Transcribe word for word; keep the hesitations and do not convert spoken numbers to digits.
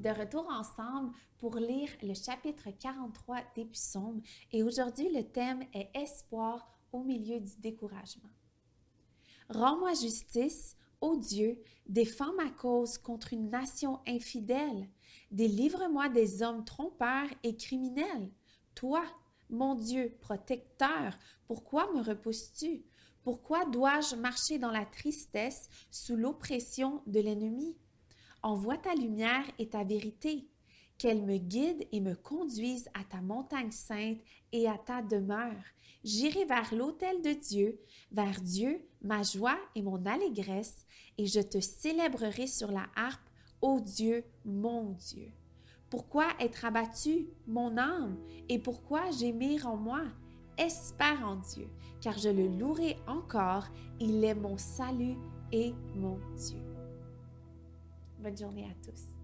de retour ensemble pour lire le chapitre quarante-trois des Psaumes et aujourd'hui le thème est Espoir au milieu du découragement. Rends-moi justice, ô Dieu, défends ma cause contre une nation infidèle. Délivre-moi des hommes trompeurs et criminels. Toi, mon Dieu, protecteur, pourquoi me repousses-tu? Pourquoi dois-je marcher dans la tristesse sous l'oppression de l'ennemi? Envoie ta lumière et ta vérité, qu'elle me guide et me conduise à ta montagne sainte et à ta demeure. J'irai vers l'autel de Dieu, vers Dieu, ma joie et mon allégresse, et je te célébrerai sur la harpe, ô Dieu, mon Dieu. Pourquoi être abattu, mon âme, et pourquoi gémir en moi? Espère en Dieu, car je le louerai encore, il est mon salut et mon Dieu. Bonne journée à tous.